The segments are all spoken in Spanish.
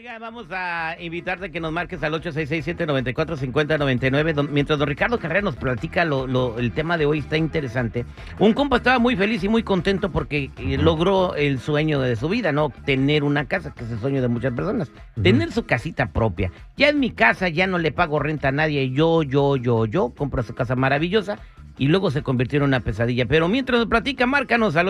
Oiga, vamos a invitarte a que nos marques al 866-794-5099. Mientras don Ricardo Carrera nos platica el tema de hoy, está interesante. Un compa estaba muy feliz y muy contento porque logró el sueño de su vida, ¿no? Tener una casa, que es el sueño de muchas personas. Tener su casita propia. Ya en mi casa, ya no le pago renta a nadie. Yo compro su casa maravillosa. Y luego se convirtió en una pesadilla. Pero mientras nos platica, márcanos al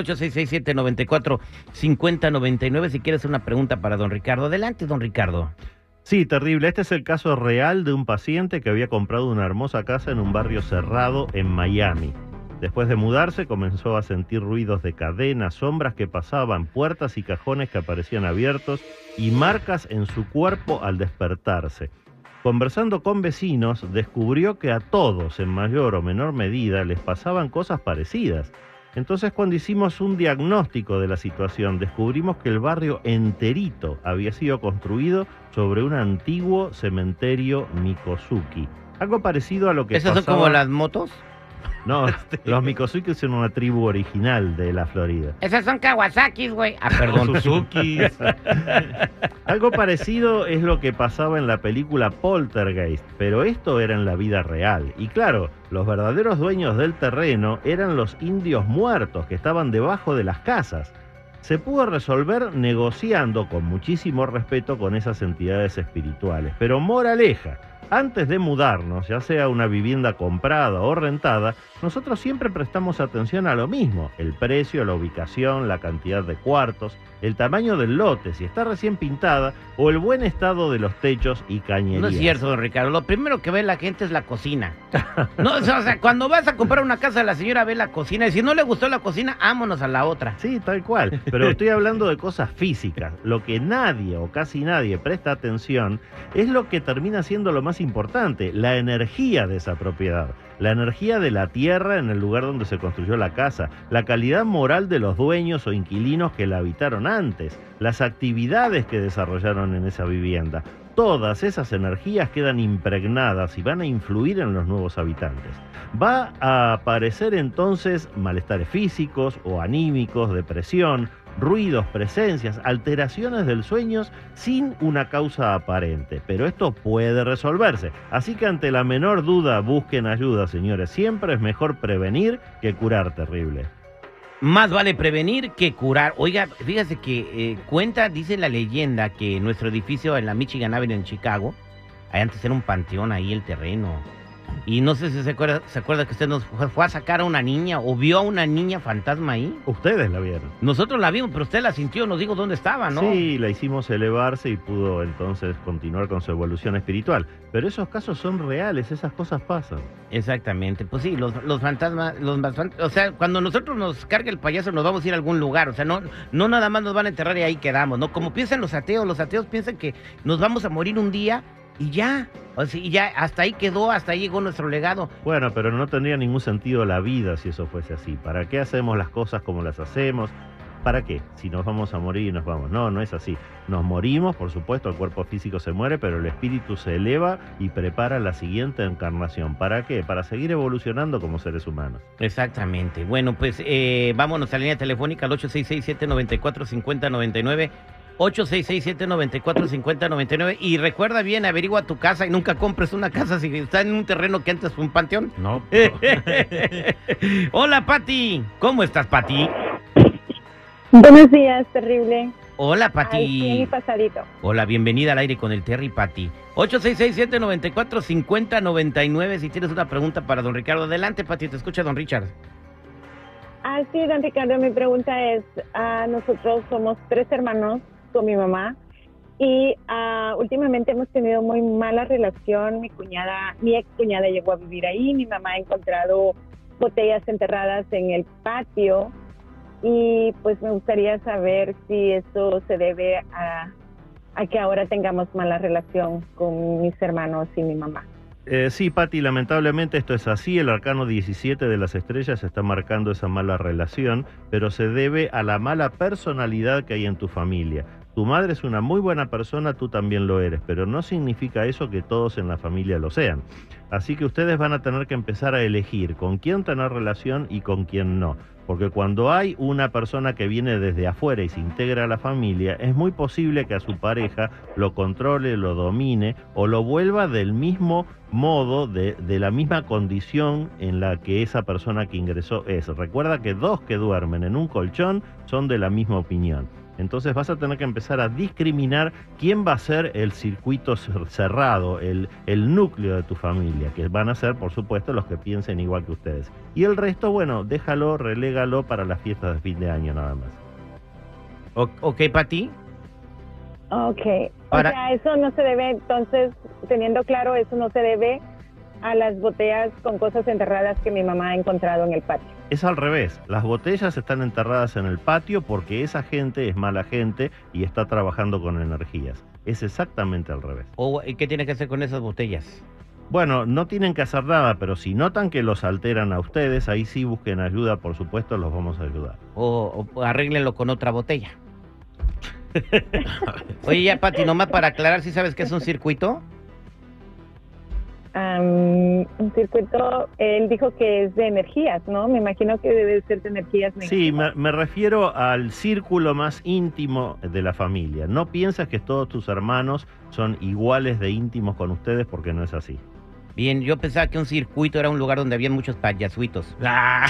866-794-5099 si quieres una pregunta para don Ricardo. Adelante, don Ricardo. Sí, terrible. Este es el caso real de un paciente que había comprado una hermosa casa en un barrio cerrado en Miami. Después de mudarse, comenzó a sentir ruidos de cadenas, sombras que pasaban, puertas y cajones que aparecían abiertos y marcas en su cuerpo al despertarse. Conversando con vecinos, descubrió que a todos, en mayor o menor medida, les pasaban cosas parecidas. Entonces, cuando hicimos un diagnóstico de la situación, descubrimos que el barrio enterito había sido construido sobre un antiguo cementerio Mikosuki. Algo parecido a lo que ¿Esas pasaba... son como las motos? No, los Mikosuki son una tribu original de la Florida. Esas son Kawasakis, güey. Ah, perdón. Suzukis. Algo parecido es lo que pasaba en la película Poltergeist, pero esto era en la vida real. Y claro, los verdaderos dueños del terreno eran los indios muertos que estaban debajo de las casas. Se pudo resolver negociando con muchísimo respeto con esas entidades espirituales. Pero moraleja, antes de mudarnos, ya sea una vivienda comprada o rentada, nosotros siempre prestamos atención a lo mismo: el precio, la ubicación, la cantidad de cuartos, el tamaño del lote, si está recién pintada, o el buen estado de los techos y cañerías. No es cierto, don Ricardo. Lo primero que ve la gente es la cocina. No, o sea, cuando vas a comprar una casa, la señora ve la cocina y si no le gustó la cocina, vámonos a la otra. Sí, tal cual. Pero estoy hablando de cosas físicas. Lo que nadie o casi nadie presta atención es lo que termina siendo lo más importante: la energía de esa propiedad. La energía de la tierra en el lugar donde se construyó la casa, la calidad moral de los dueños o inquilinos que la habitaron antes, las actividades que desarrollaron en esa vivienda. Todas esas energías quedan impregnadas y van a influir en los nuevos habitantes. Va a aparecer entonces malestares físicos o anímicos, depresión, ruidos, presencias, alteraciones del sueño sin una causa aparente. Pero esto puede resolverse. Así que ante la menor duda, busquen ayuda, señores. Siempre es mejor prevenir que curar, terrible. Más vale prevenir que curar. Oiga, fíjese que dice la leyenda que nuestro edificio en la Michigan Avenue en Chicago, ahí antes era un panteón ahí el terreno. Y no sé si se acuerda que usted nos fue a sacar a una niña o vio a una niña fantasma ahí. Ustedes la vieron. Nosotros la vimos, pero usted la sintió, nos dijo dónde estaba, ¿no? Sí, la hicimos elevarse y pudo entonces continuar con su evolución espiritual. Pero esos casos son reales, esas cosas pasan. Exactamente, pues sí, los fantasmas, o sea, cuando nosotros nos carga el payaso nos vamos a ir a algún lugar, o sea, no nada más nos van a enterrar y ahí quedamos, ¿no? Como piensan los ateos piensan que nos vamos a morir un día y ya, o sea, y ya hasta ahí quedó, hasta ahí llegó nuestro legado. Bueno, pero no tendría ningún sentido la vida si eso fuese así. ¿Para qué hacemos las cosas como las hacemos? ¿Para qué? Si nos vamos a morir y nos vamos. No es así. Nos morimos, por supuesto, el cuerpo físico se muere, pero el espíritu se eleva y prepara la siguiente encarnación. ¿Para qué? Para seguir evolucionando como seres humanos. Exactamente. Bueno, pues vámonos a la línea telefónica al 866-794-5099. 866-794-5099. Y recuerda bien, averigua tu casa y nunca compres una casa si está en un terreno que antes fue un panteón. No. Hola, Pati. ¿Cómo estás, Pati? Buenos días, terrible. Hola, Pati. Ay, sí, pasadito. Hola, bienvenida al aire con el Terry, Pati. 866-794-5099 si tienes una pregunta para don Ricardo. Adelante, Pati, te escucha don Richard. Sí, don Ricardo, mi pregunta es, nosotros somos 3 hermanos con mi mamá y últimamente hemos tenido muy mala relación. Mi ex cuñada llegó a vivir ahí, mi mamá ha encontrado botellas enterradas en el patio y pues me gustaría saber si eso se debe a que ahora tengamos mala relación con mis hermanos y mi mamá. Sí, Pati, lamentablemente esto es así. El arcano 17 de las estrellas está marcando esa mala relación, pero se debe a la mala personalidad que hay en tu familia. Tu madre es una muy buena persona, tú también lo eres, pero no significa eso que todos en la familia lo sean. Así que ustedes van a tener que empezar a elegir con quién tener relación y con quién no. Porque cuando hay una persona que viene desde afuera y se integra a la familia, es muy posible que a su pareja lo controle, lo domine o lo vuelva del mismo modo, de la misma condición en la que esa persona que ingresó es. Recuerda que dos que duermen en un colchón son de la misma opinión. Entonces vas a tener que empezar a discriminar quién va a ser el circuito cerrado, el núcleo de tu familia, que van a ser, por supuesto, los que piensen igual que ustedes. Y el resto, bueno, déjalo, relégalo para las fiestas de fin de año nada más. Ok, Pati. Ok. Para- O sea, eso no se debe, entonces, teniendo claro, eso no se debe a las botellas con cosas enterradas que mi mamá ha encontrado en el patio. Es al revés, las botellas están enterradas en el patio porque esa gente es mala gente y está trabajando con energías. Es exactamente al revés. ¿Qué tiene que hacer con esas botellas? Bueno, no tienen que hacer nada, pero si notan que los alteran a ustedes, ahí sí busquen ayuda, por supuesto, los vamos a ayudar. O arréglenlo con otra botella. Oye, ya, Pati, nomás para aclarar, ¿sí sabes qué es un circuito? Un circuito, él dijo que es de energías, ¿no? Me imagino que debe ser de energías Sí, negativas. me refiero al círculo más íntimo de la familia. No piensas que todos tus hermanos son iguales de íntimos con ustedes porque no es así. Bien, yo pensaba que un circuito era un lugar donde había muchos payasuitos.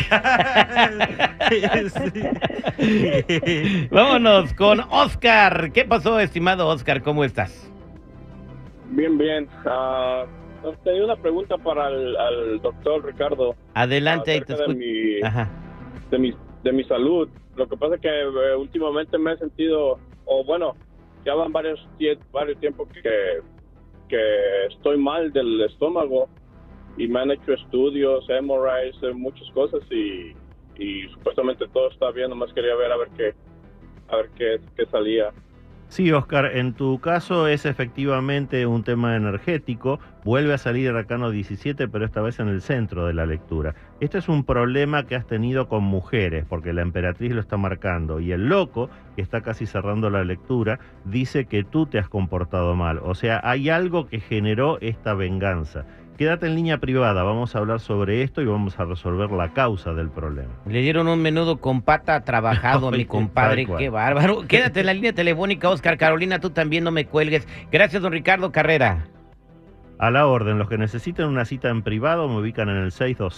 Vámonos con Oscar. ¿Qué pasó, estimado Oscar? ¿Cómo estás? Bien, bien. Tenía una pregunta para al doctor Ricardo. Adelante, ahí te Acerca escucho. Ajá. de mi salud. Lo que pasa es que últimamente me he sentido, o bueno, ya van varios tiempos que estoy mal del estómago y me han hecho estudios, MRIs, muchas cosas y supuestamente todo está bien. Nomás quería ver a ver qué salía. Sí, Oscar, en tu caso es efectivamente un tema energético. Vuelve a salir Arcano 17, pero esta vez en el centro de la lectura. Este es un problema que has tenido con mujeres, porque la emperatriz lo está marcando. Y el loco, que está casi cerrando la lectura, dice que tú te has comportado mal. O sea, hay algo que generó esta venganza. Quédate en línea privada, vamos a hablar sobre esto y vamos a resolver la causa del problema. Le dieron un menudo con pata trabajado a mi Oye, compadre. tal cual. Qué bárbaro. Quédate en la línea telefónica, Oscar. Carolina, tú también no me cuelgues. Gracias, don Ricardo Carrera. A la orden, los que necesiten una cita en privado me ubican en el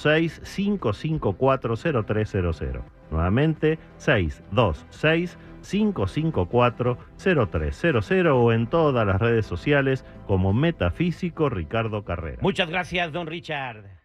626-554-0300. Nuevamente, 626-554-0300 o en todas las redes sociales como Metafísico Ricardo Carrera. Muchas gracias, don Richard.